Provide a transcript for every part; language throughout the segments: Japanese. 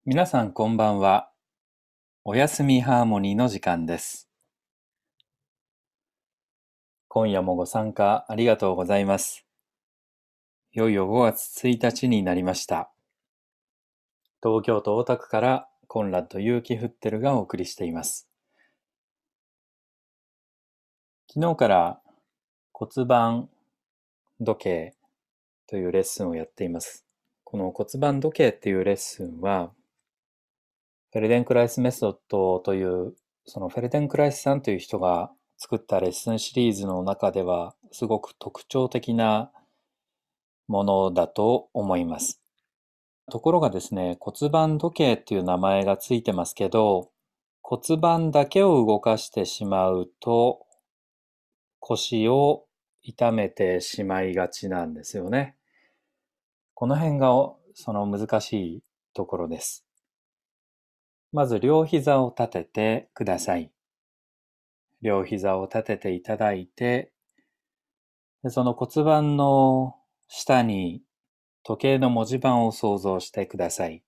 皆さんこんばんは。おやすみハーモニーの時間です。今夜もご参加ありがとうございます。いよいよ5月1日になりました。東京都大田区からコンラッド結城フッテルがお送りしています。昨日から骨盤時計というレッスンをやっています。この骨盤時計っていうレッスンは、フェルデンクライスメソッドという、そのフェルデンクライスさんという人が作ったレッスンシリーズの中では、すごく特徴的なものだと思います。ところがですね、骨盤時計っていう名前がついてますけど、骨盤だけを動かしてしまうと、腰を痛めてしまいがちなんですよね。この辺がその難しいところです。まず両膝を立ててください。両膝を立てていただいて、その骨盤の下に時計の文字盤を想像してください。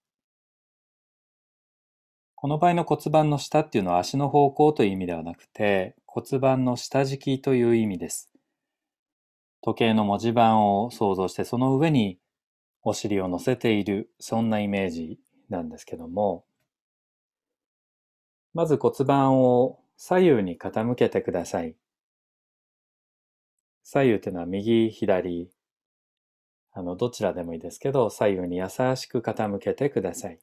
この場合の骨盤の下っていうのは足の方向という意味ではなくて、骨盤の下敷きという意味です。時計の文字盤を想像して、その上にお尻を乗せている、そんなイメージなんですけども、まず骨盤を左右に傾けてください。左右というのは右、左、どちらでもいいですけど、左右に優しく傾けてください。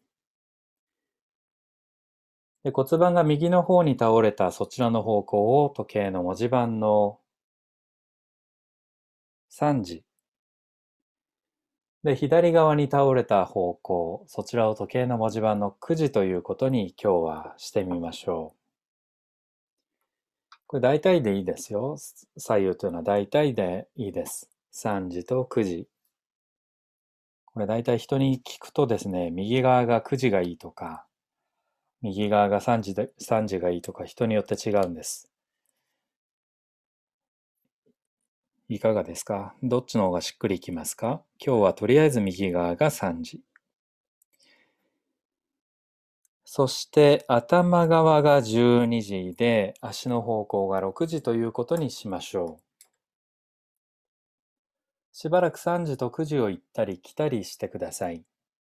で、骨盤が右の方に倒れたそちらの方向を時計の文字盤の3時。で、左側に倒れた方向、そちらを時計の文字盤の9時ということに今日はしてみましょう。これ大体でいいですよ。左右というのは大体でいいです。3時と9時。これ大体人に聞くとですね、右側が9時がいいとか、右側が3時がいいとか人によって違うんです。いかがですか？どっちの方がしっくりきますか？今日はとりあえず右側が3時。そして頭側が12時で足の方向が6時ということにしましょう。しばらく3時と9時を行ったり来たりしてください。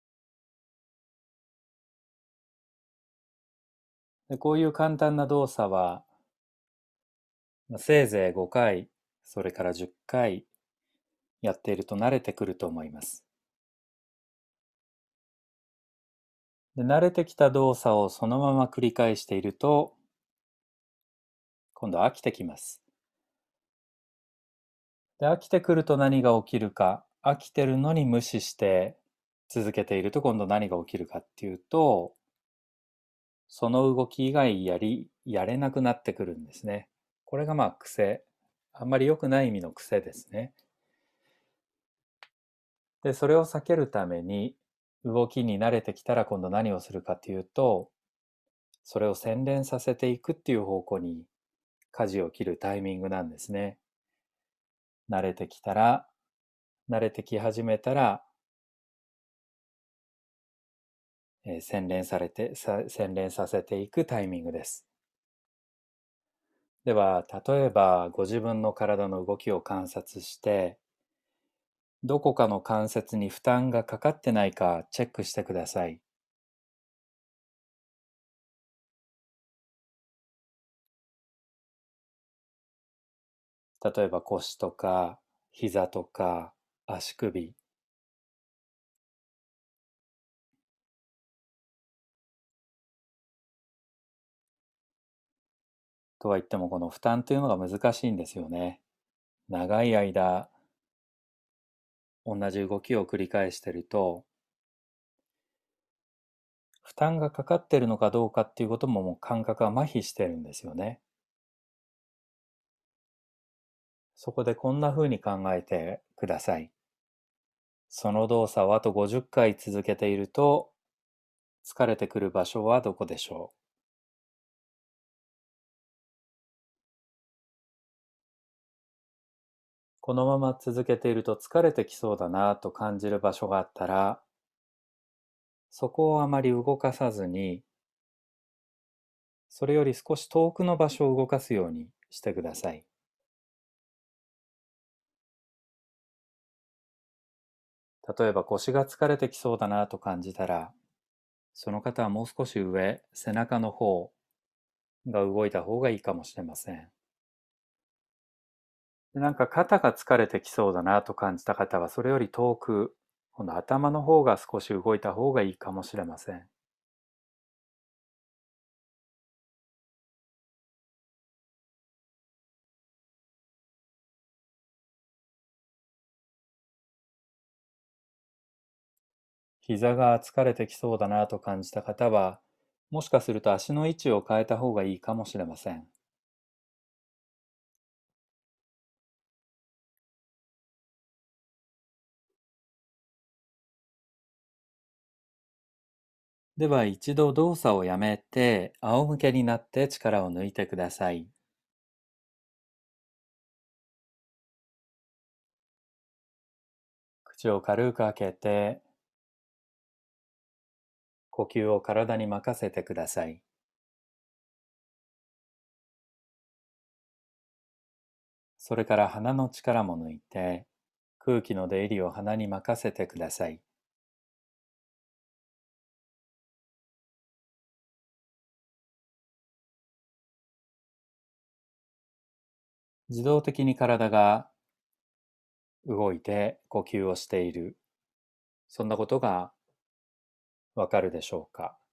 でこういう簡単な動作はせいぜい5回、それから10回やっていると慣れてくると思います。で慣れてきた動作をそのまま繰り返していると今度飽きてきます。で、飽きてくると何が起きるか、飽きてるのに無視して続けていると今度何が起きるかっていうと、その動き以外やれなくなってくるんですね。これが癖。あんまり良くない意味の癖ですね。で、それを避けるために動きに慣れてきたら今度何をするかっていうと、それを洗練させていくっていう方向に舵を切るタイミングなんですね。慣れてきたら、慣れてき始めたら、洗練させていくタイミングです。では、例えばご自分の体の動きを観察して、どこかの関節に負担がかかってないかチェックしてください。例えば腰とか膝とか足首。とは言ってもこの負担というのが難しいんですよね。長い間同じ動きを繰り返してると、負担がかかってるのかどうかっていうことももう感覚が麻痺してるんですよね。そこでこんな風に考えてください。その動作をあと50回続けていると、疲れてくる場所はどこでしょう？このまま続けていると疲れてきそうだなと感じる場所があったら、 そこをあまり動かさずに、それより少し遠くの場所を動かすようにしてください。例えば腰が疲れてきそうだなと感じたら、その方はもう少し上、背中の方が動いた方がいいかもしれません。なんか肩が疲れてきそうだなと感じた方は、それより遠く、今度頭の方が少し動いた方がいいかもしれません。膝が疲れてきそうだなと感じた方は、もしかすると足の位置を変えた方がいいかもしれません。では一度動作をやめて、仰向けになって力を抜いてください。口を軽く開けて、呼吸を体に任せてください。それから鼻の力も抜いて、空気の出入りを鼻に任せてください。自動的に体が動いて呼吸をしている、そんなことがわかるでしょうか。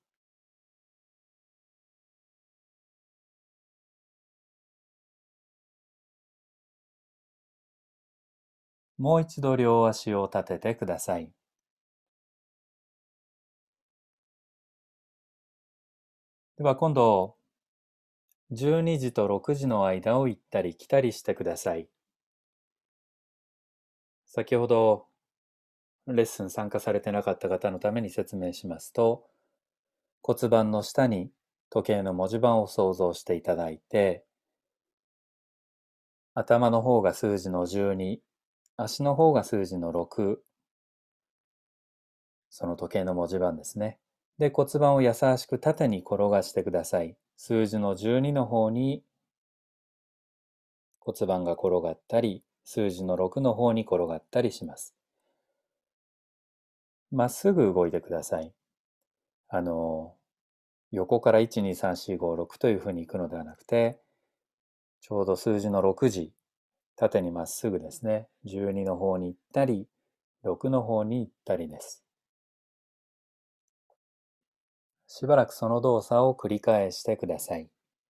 もう一度両足を立ててください。では今度、12時と6時の間を行ったり来たりしてください。先ほどレッスン参加されてなかった方のために説明しますと、骨盤の下に時計の文字盤を想像していただいて、頭の方が数字の12、足の方が数字の6、その時計の文字盤ですね。で、骨盤を優しく縦に転がしてください。数字の12の方に骨盤が転がったり、数字の6の方に転がったりします。まっすぐ動いてください。横から1、2、3、4、5、6というふうに行くのではなくて、ちょうど数字の6時、縦にまっすぐですね。12の方に行ったり、6の方に行ったりです。しばらくその動作を繰り返してください。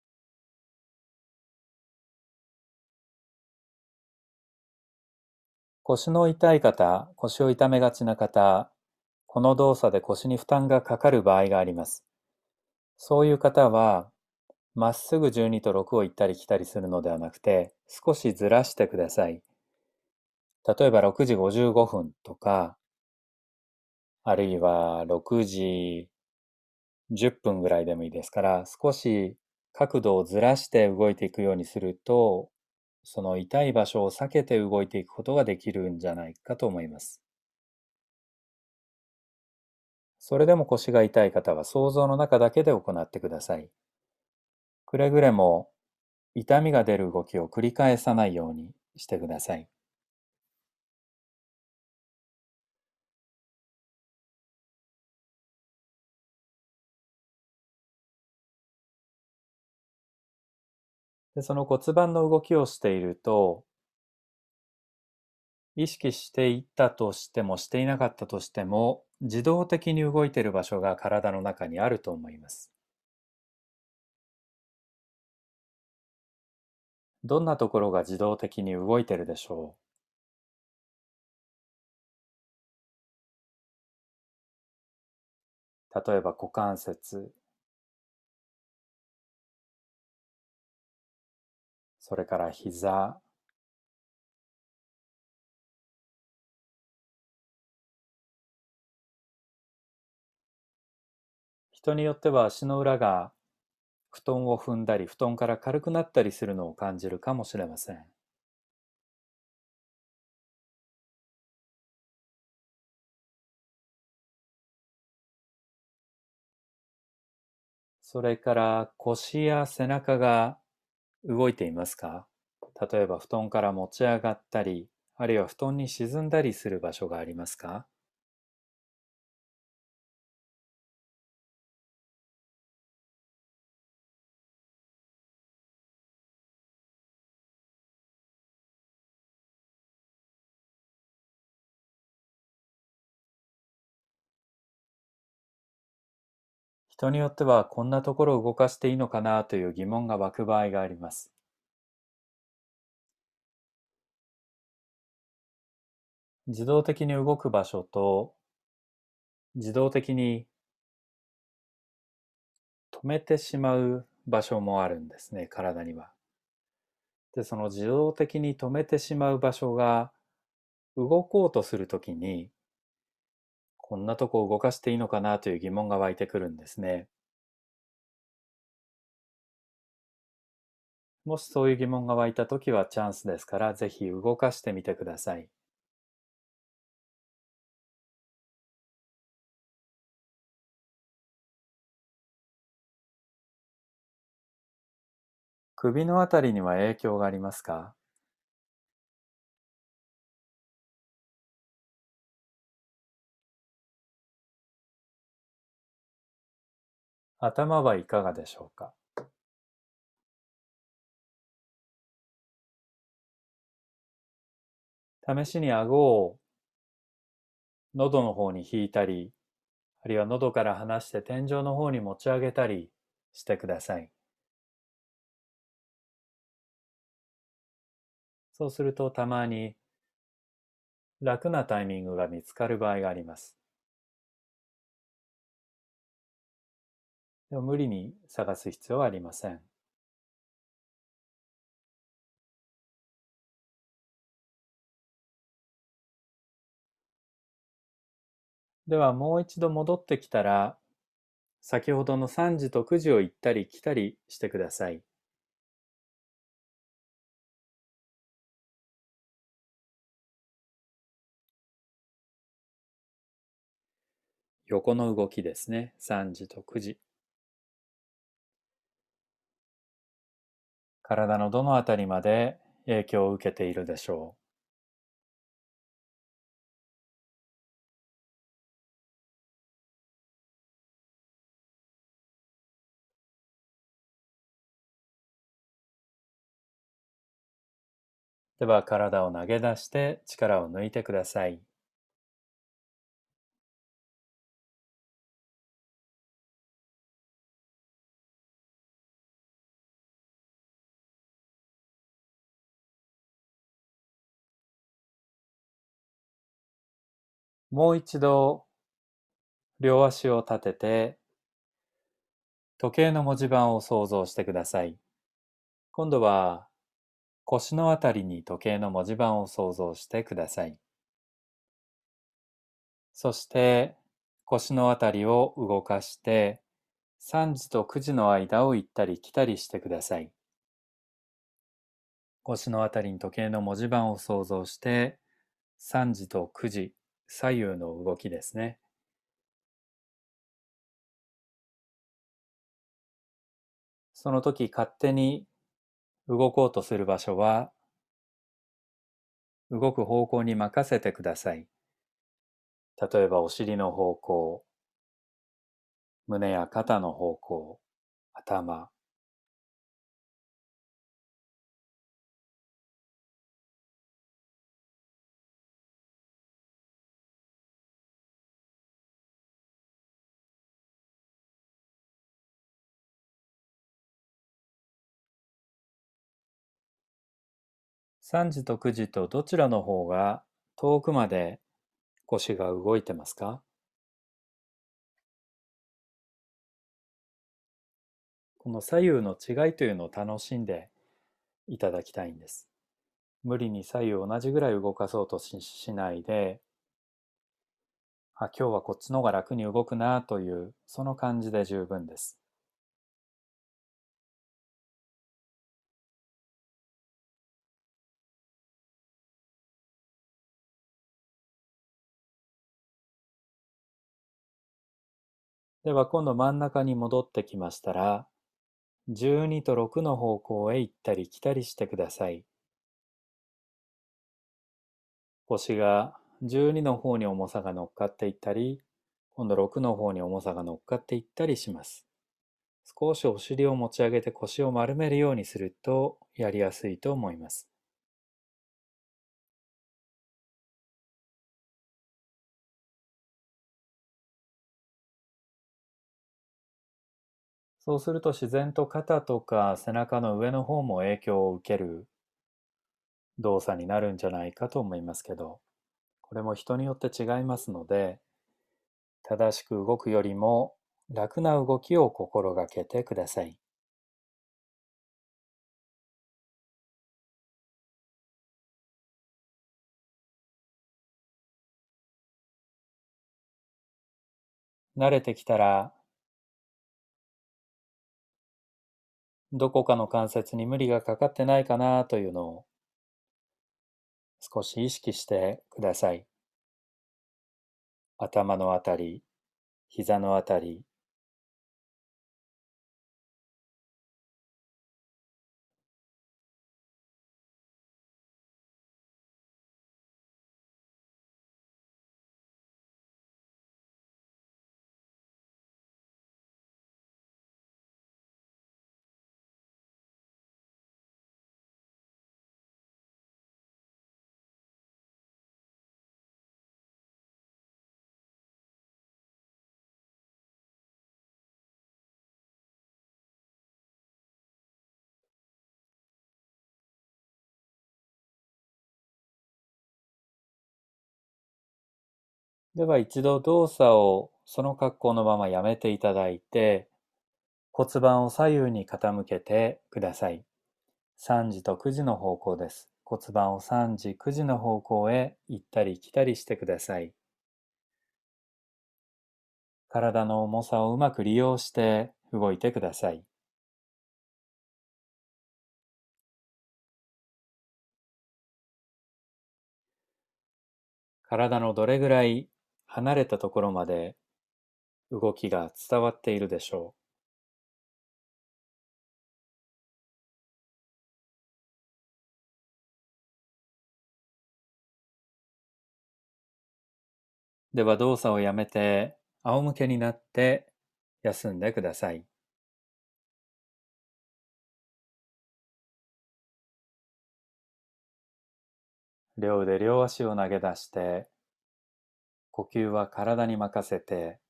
腰の痛い方、腰を痛めがちな方、この動作で腰に負担がかかる場合があります。そういう方は、まっすぐ12と6を行ったり来たりするのではなくて、少しずらしてください。例えば6時55分とか、あるいは6時10分ぐらいでもいいですから、少し角度をずらして動いていくようにすると、その痛い場所を避けて動いていくことができるんじゃないかと思います。それでも腰が痛い方は想像の中だけで行ってください。くれぐれも痛みが出る動きを繰り返さないようにしてください。で、その骨盤の動きをしていると、意識していたとしてもしていなかったとしても、自動的に動いている場所が体の中にあると思います。どんなところが自動的に動いているでしょう。例えば股関節、それから膝、人によっては足の裏が布団を踏んだり、布団から軽くなったりするのを感じるかもしれません。 それから腰や背中が動いていますか？例えば布団から持ち上がったり、あるいは布団に沈んだりする場所がありますか？人によってはこんなところを動かしていいのかなという疑問が湧く場合があります。自動的に動く場所と自動的に止めてしまう場所もあるんですね、体には。で、その自動的に止めてしまう場所が動こうとするときに、こんなとこ動かしていいのかなという疑問が湧いてくるんですね。もしそういう疑問が湧いたときはチャンスですから、ぜひ動かしてみてください。首のあたりには影響がありますか？頭はいかがでしょうか？試しに顎を喉の方に引いたり、あるいは喉から離して天井の方に持ち上げたりしてください。そうするとたまに楽なタイミングが見つかる場合があります。でも無理に探す必要はありません。ではもう一度戻ってきたら、先ほどの3時と9時を行ったり来たりしてください。横の動きですね。3時と9時。体のどのあたりまで影響を受けているでしょう。では体を投げ出して力を抜いてください。もう一度両足を立てて時計の文字盤を想像してください。今度は腰のあたりに時計の文字盤を想像してください。そして腰のあたりを動かして3時と9時の間を行ったり来たりしてください。腰のあたりに時計の文字盤を想像して3時と9時、左右の動きですね。その時勝手に動こうとする場所は動く方向に任せてください。例えばお尻の方向、胸や肩の方向、頭。3時と9時とどちらの方が遠くまで腰が動いてますか？この左右の違いというのを楽しんでいただきたいんです。無理に左右同じぐらい動かそうとしないで、今日はこっちの方が楽に動くなという、その感じで十分です。 では今度真ん中に戻ってきましたら、12と6の方向へ行ったり来たりしてください。腰が12の方に重さが乗っかっていったり、今度6の方に重さが乗っかっていったりします。少しお尻を持ち上げて腰を丸めるようにするとやりやすいと思います。そうすると自然と肩とか背中の上の方も影響を受ける動作になるんじゃないかと思いますけど、これも人によって違いますので、正しく動くよりも楽な動きを心がけてください。慣れてきたら、どこかの関節に無理がかかってないかなというのを少し意識してください。頭のあたり、膝のあたり、では一度動作をその格好のままやめていただいて、骨盤を左右に傾けてください。3時と9時の方向です。骨盤を3時、9時の方向へ行ったり来たりしてください。体の重さをうまく利用して動いてください。体のどれぐらい離れたところまで動きが伝わっているでしょう。では動作をやめて仰向けになって休んでください。両腕両足を投げ出して、呼吸は体に任せて、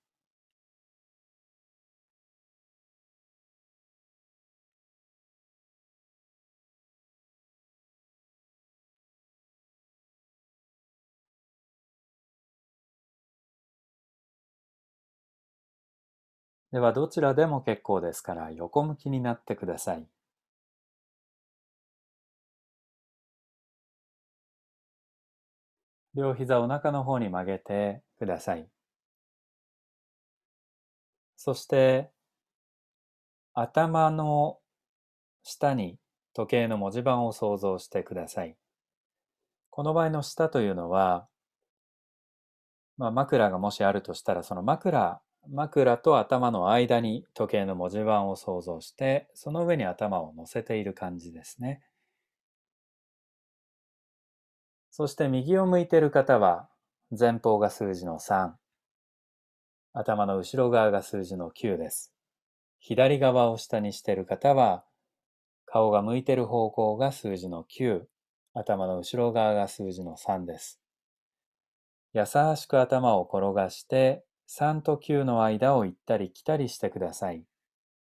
ではどちらでも結構ですから横向きになってください。両膝を中の方に曲げてください。そして頭の下に時計の文字盤を想像してください。この場合の下というのは、枕がもしあるとしたら、その枕と頭の間に時計の文字盤を想像して、その上に頭を乗せている感じですね。そして右を向いている方は、前方が数字の3、頭の後ろ側が数字の9です。左側を下にしている方は、顔が向いている方向が数字の9、頭の後ろ側が数字の3です。優しく頭を転がして、3と9の間を行ったり来たりしてください。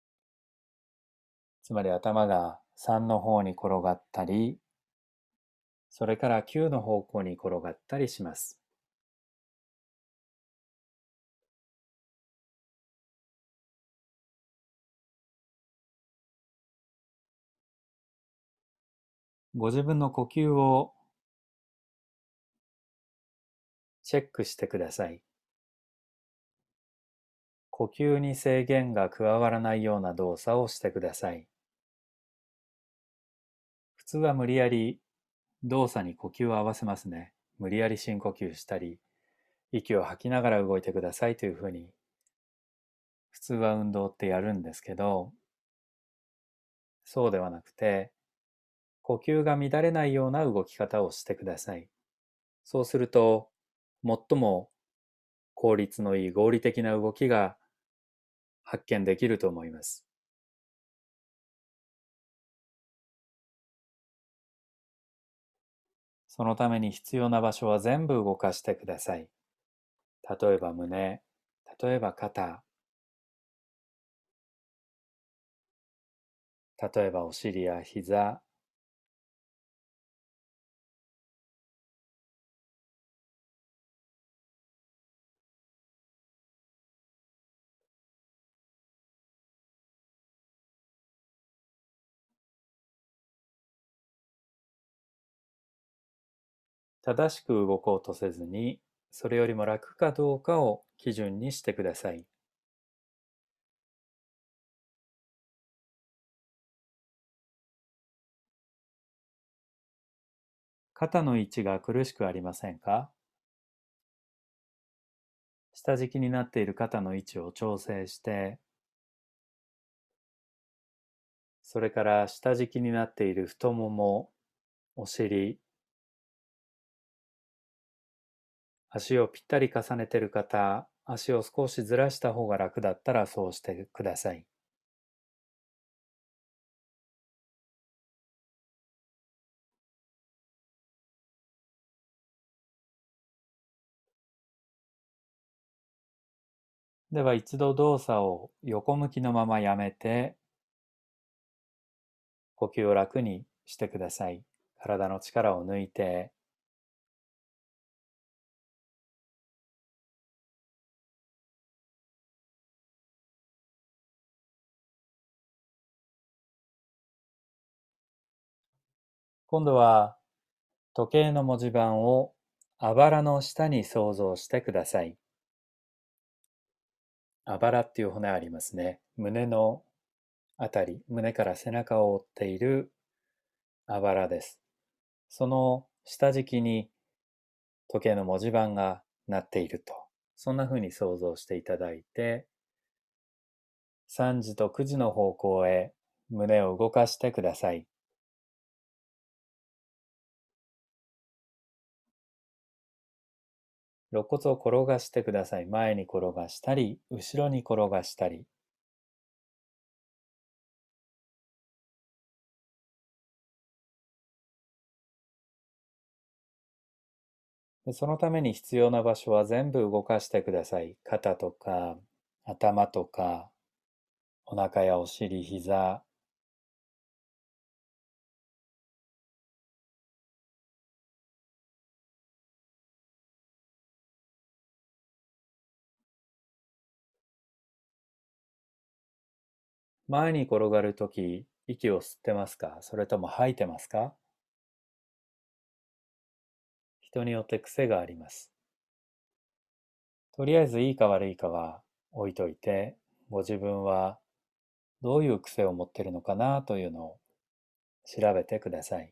つまり頭が3の方に転がったり、それから9の方向に転がったりします。ご自分の呼吸をチェックしてください。呼吸に制限が加わらないような動作をしてください。普通は無理やり動作に呼吸を合わせますね。無理やり深呼吸したり、息を吐きながら動いてくださいというふうに普通は運動ってやるんですけど、そうではなくて、呼吸が乱れないような動き方をしてください。そうすると、最も効率のいい合理的な動きが発見できると思います。そのために必要な場所は全部動かしてください。例えば胸、例えば肩、例えばお尻や膝、正しく動こうとせずに、それよりも楽かどうかを基準にしてください。肩の位置が苦しくありませんか？下敷きになっている肩の位置を調整して、それから下敷きになっている太もも、お尻、足をぴったり重ねている方、足を少しずらした方が楽だったらそうしてください。では一度動作を横向きのままやめて、呼吸を楽にしてください。体の力を抜いて、今度は時計の文字盤をあばらの下に想像してください。あばらっていう骨ありますね。胸のあたり、胸から背中を覆っているあばらです。その下敷きに時計の文字盤がなっていると。そんな風に想像していただいて、3時と9時の方向へ胸を動かしてください。肋骨を転がしてください。前に転がしたり、後ろに転がしたり。そのために必要な場所は全部動かしてください。肩とか、頭とか、お腹やお尻、膝。前に転がるとき、息を吸ってますか？それとも吐いてますか？人によって癖があります。とりあえずいいか悪いかは置いといて、ご自分はどういう癖を持っているのかなというのを調べてください。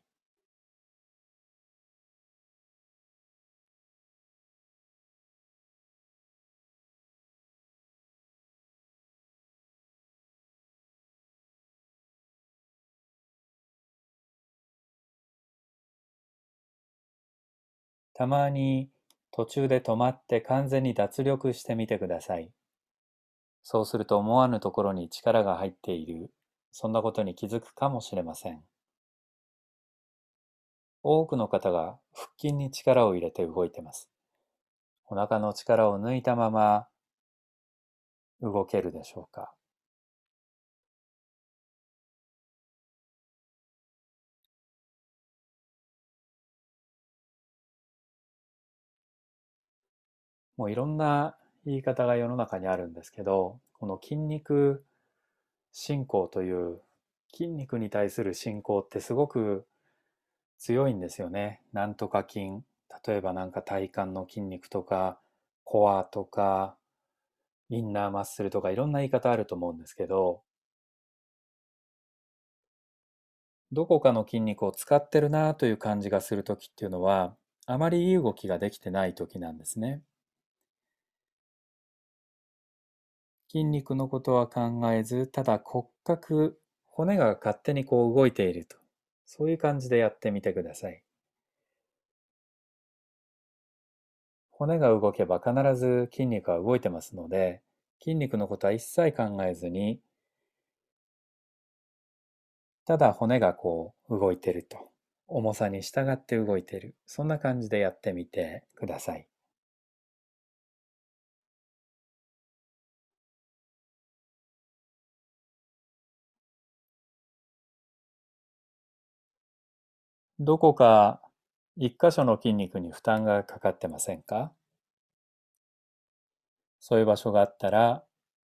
たまに途中で止まって完全に脱力してみてください。そうすると思わぬところに力が入っている、そんなことに気づくかもしれません。多くの方が腹筋に力を入れて動いています。お腹の力を抜いたまま動けるでしょうか？もういろんな言い方が世の中にあるんですけど、この筋肉信仰という筋肉に対する信仰ってすごく強いんですよね。なんとか筋、例えばなんか体幹の筋肉とか、コアとか、インナーマッスルとかいろんな言い方あると思うんですけど、どこかの筋肉を使ってるなという感じがするときっていうのは、あまりいい動きができてないときなんですね。 筋肉のことは考えず、ただ骨格、骨が勝手にこう動いていると。そういう感じでやってみてください。骨が動けば必ず筋肉は動いてますので、筋肉のことは一切考えずに、ただ骨がこう動いていると。重さに従って動いている。そんな感じでやってみてください。どこか一箇所の筋肉に負担がかかってませんか？そういう場所があったら、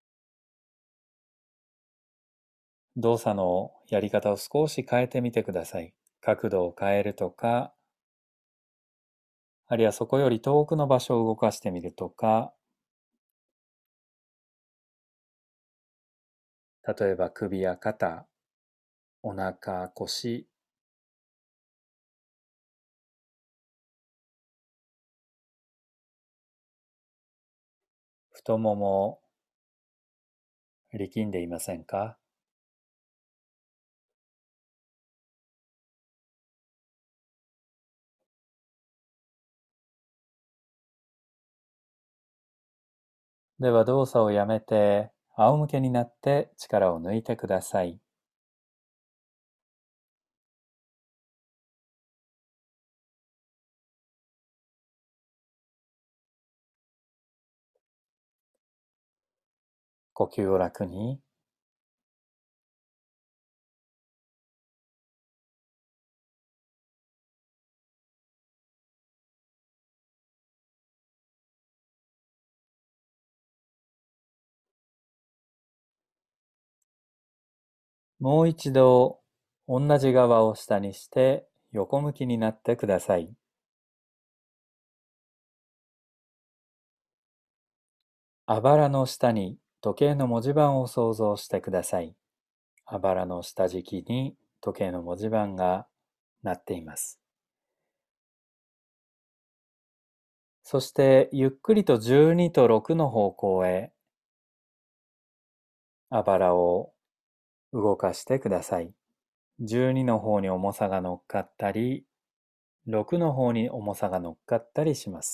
動作のやり方を少し変えてみてください。角度を変えるとか、あるいはそこより遠くの場所を動かしてみるとか、例えば首や肩、お腹、腰、太もも、力んでいませんか？では動作をやめて、仰向けになって力を抜いてください。呼吸を楽に。もう一度同じ側を下にして横向きになってください。あばらの下に時計の文字盤を想像してください。あばらの下敷きに時計の文字盤がなっています。そしてゆっくりと12と6の方向へあばらを動かしてください。12の方に重さが乗っかったり、6の方に重さが乗っかったりします。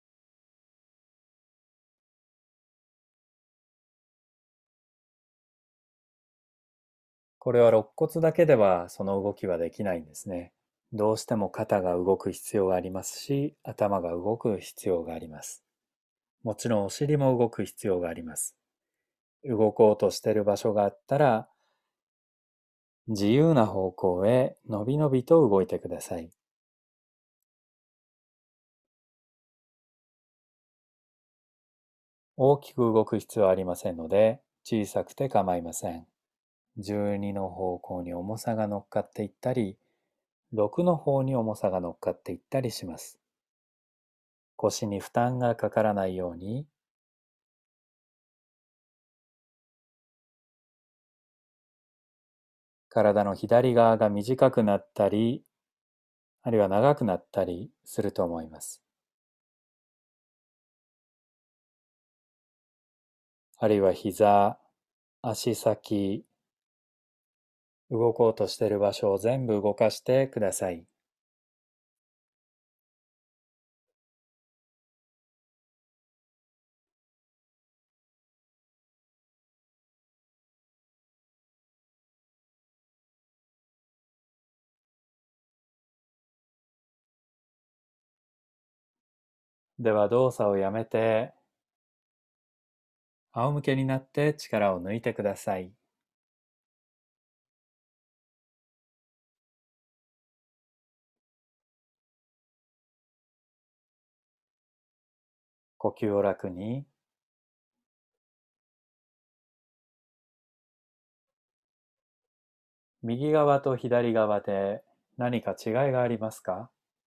これは肋骨だけではその動きはできないんですね。どうしても肩が動く必要がありますし、頭が動く必要があります。もちろんお尻も動く必要があります。動こうとしている場所があったら、自由な方向へのびのびと動いてください。大きく動く必要はありませんので、小さくて構いません。12の方向に重さが乗っかっていったり、6の方に重さが乗っかっていったりします。腰に負担がかからないように、体の左側が短くなったり、あるいは長くなったりすると思います。あるいは膝、足先、動こうとしている場所を全部動かしてください。では動作をやめて、仰向けになって力を抜いてください。呼吸を楽に。右側と左側で何か違いがありますか？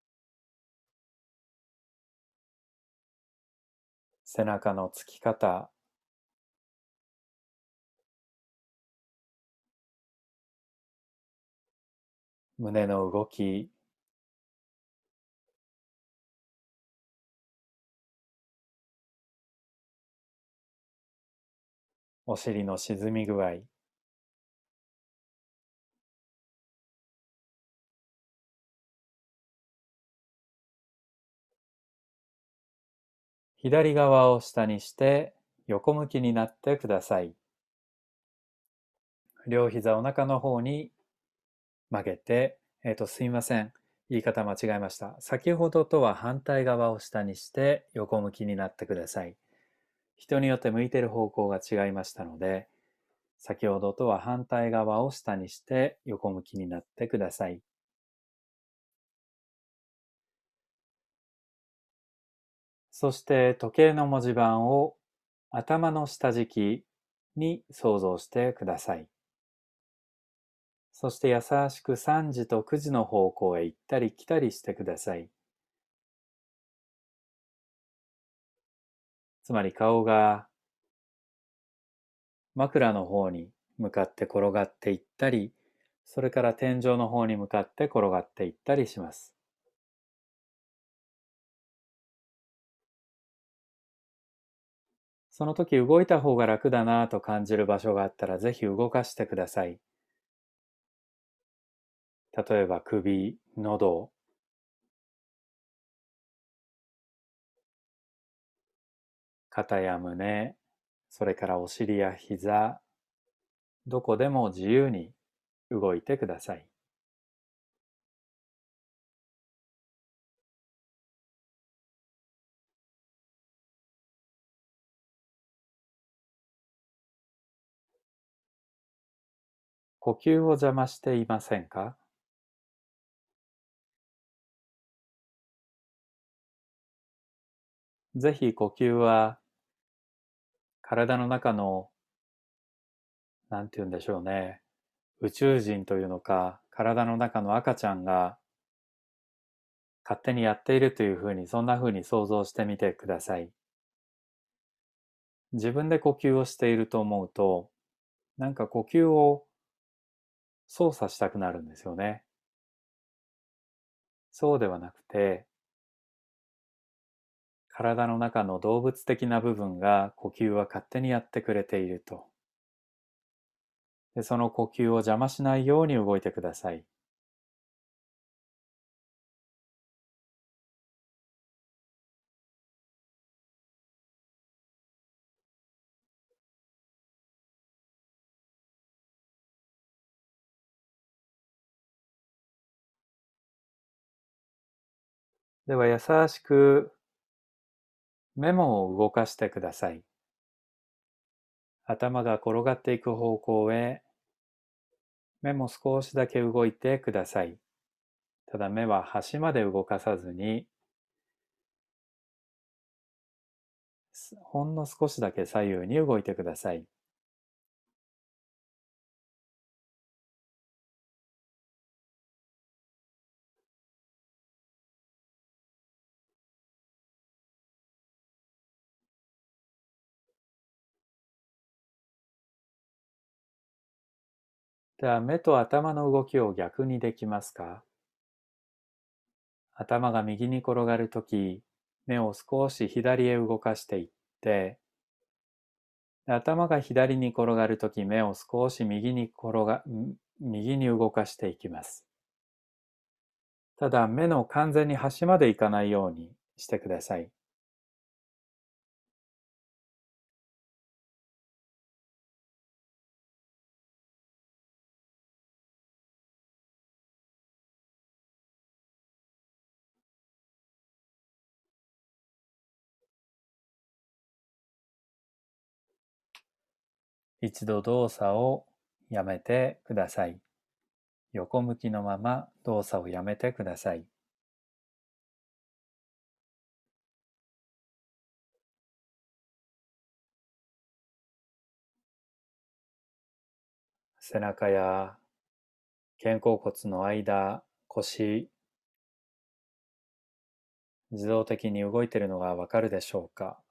背中のつき方、胸の動き、 お尻の沈み具合、左側を下にして横向きになってください。両膝お腹の方に曲げて、すいません。言い方間違えました。先ほどとは反対側を下にして横向きになってください。人によって向いている方向が違いましたので、先ほどとは反対側を下にして横向きになってください。そして時計の文字盤を頭の下敷きに想像してください。そして優しく3時と9時の方向へ行ったり来たりしてください。つまり顔が枕の方に向かって転がっていったり、それから天井の方に向かって転がっていったりします。その時動いた方が楽だなぁと感じる場所があったらぜひ動かしてください。例えば首、喉、肩や胸、それからお尻や膝、どこでも自由に動いてください。呼吸を邪魔していませんか？ぜひ呼吸は体の中の、なんて言うんでしょうね、宇宙人というのか、体の中の赤ちゃんが勝手にやっているというふうに、そんなふうに想像してみてください。自分で呼吸をしていると思うと、なんか呼吸を操作したくなるんですよね。そうではなくて、体の中の動物的な部分が呼吸は勝手にやってくれていると。で、その呼吸を邪魔しないように動いてください。では優しく目も動かしてください。頭が転がっていく方向へ目も少しだけ動いてください。ただ目は端まで動かさずに、ほんの少しだけ左右に動いてください。では目と頭の動きを逆にできますか？頭が右に転がるとき、目を少し左へ動かしていって、頭が左に転がるとき、目を少し右に動かしていきます。ただ、目の完全に端までいかないようにしてください。一度動作をやめてください。横向きのまま動作をやめてください。背中や肩甲骨の間、腰、自動的に動いているのがわかるでしょうか？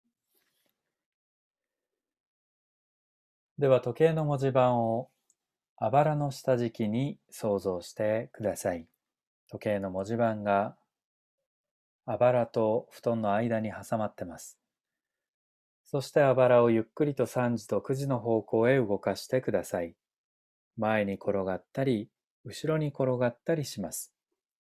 では時計の文字盤をあばらの下敷きに想像してください。時計の文字盤があばらと布団の間に挟まってます。そしてあばらをゆっくりと3時と9時の方向へ動かしてください。前に転がったり、後ろに転がったりします。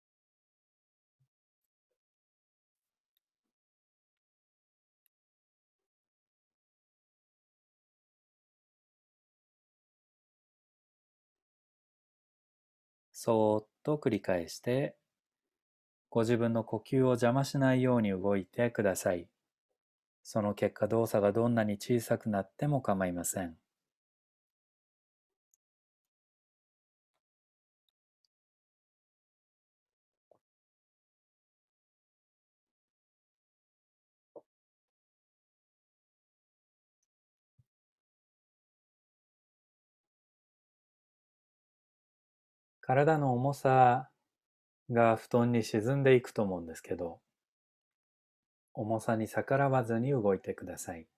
そーっと繰り返して、ご自分の呼吸を邪魔しないように動いてください。その結果動作がどんなに小さくなっても構いません。体の重さが布団に沈んでいくと思うんですけど、重さに逆らわずに動いてください。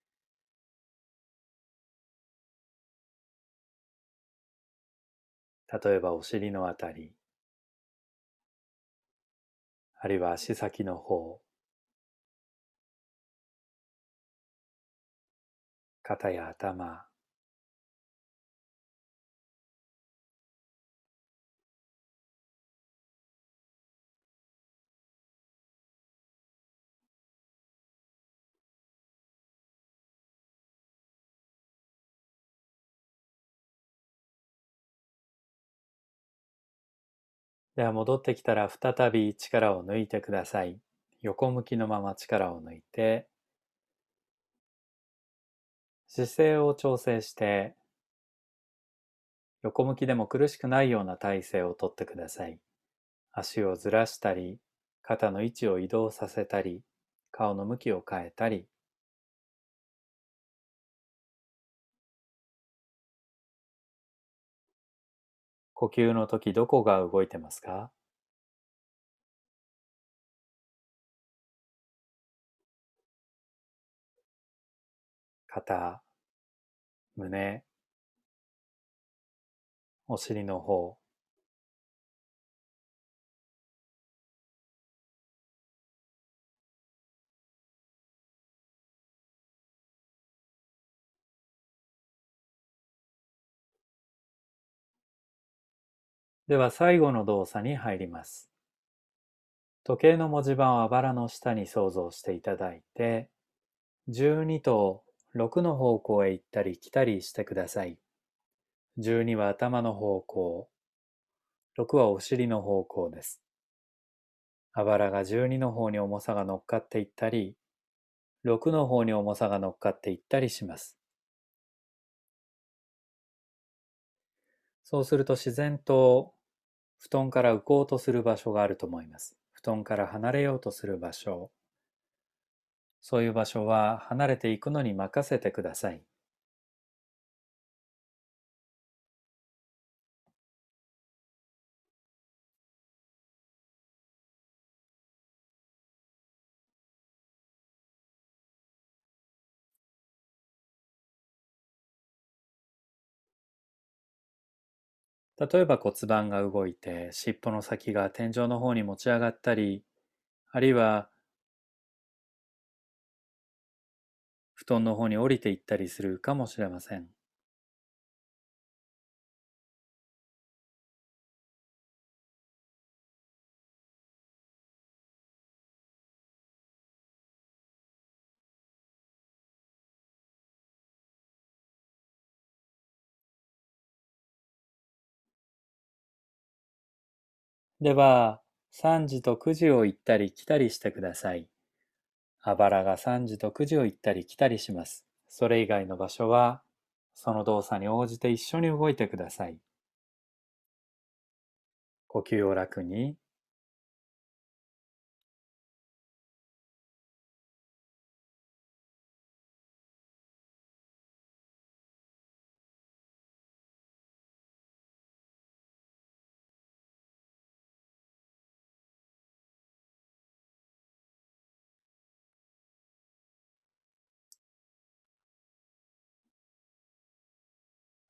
例えばお尻のあたり、あるいは足先の方、肩や頭、では戻ってきたら再び力を抜いてください。横向きのまま力を抜いて、姿勢を調整して、横向きでも苦しくないような体勢をとってください。足をずらしたり、肩の位置を移動させたり、顔の向きを変えたり、呼吸の時どこが動いてますか？肩、胸、お尻の方。では最後の動作に入ります。時計の文字盤をあばらの下に想像していただいて、12と6の方向へ行ったり来たりしてください。12は頭の方向、6はお尻の方向です。あばらが12の方に重さが乗っかっていったり、6の方に重さが乗っかっていったりします。そうすると自然と布団から浮こうとする場所があると思います。布団から離れようとする場所、そういう場所は離れていくのに任せてください。例えば骨盤が動いて尻尾の先が天井の方に持ち上がったり、あるいは布団の方に降りていったりするかもしれません。では、3時と9時を行ったり来たりしてください。あばらが3時と9時を行ったり来たりします。それ以外の場所は、その動作に応じて一緒に動いてください。呼吸を楽に。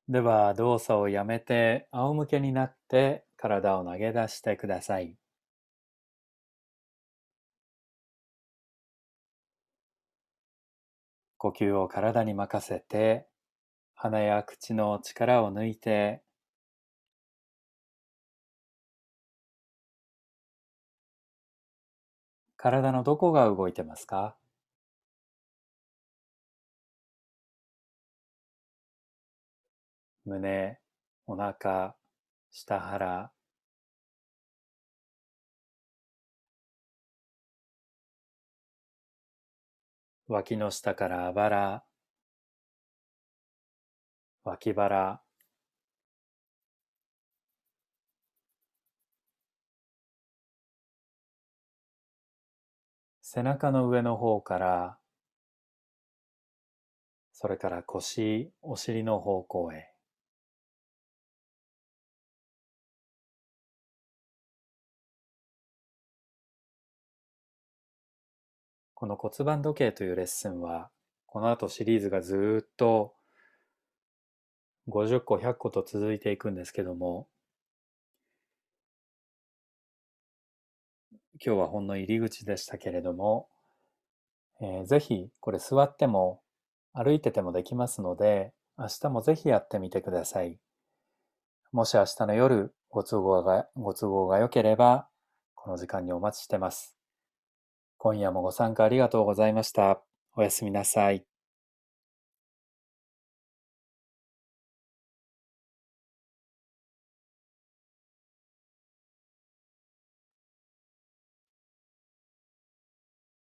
では、動作をやめて仰向けになって体を投げ出してください。呼吸を体に任せて、鼻や口の力を抜いて、体のどこが動いてますか？胸、お腹、下腹、脇の下からあばら、脇腹、背中の上の方から、それから腰、お尻の方向へ。この骨盤時計というレッスンは、この後シリーズがずっと50個、100個と続いていくんですけども、今日はほんの入り口でしたけれども、ぜひこれ座っても歩いててもできますので、明日もぜひやってみてください。もし明日の夜ご都合が良ければ、この時間にお待ちしてます。今夜もご参加ありがとうございました。おやすみなさい。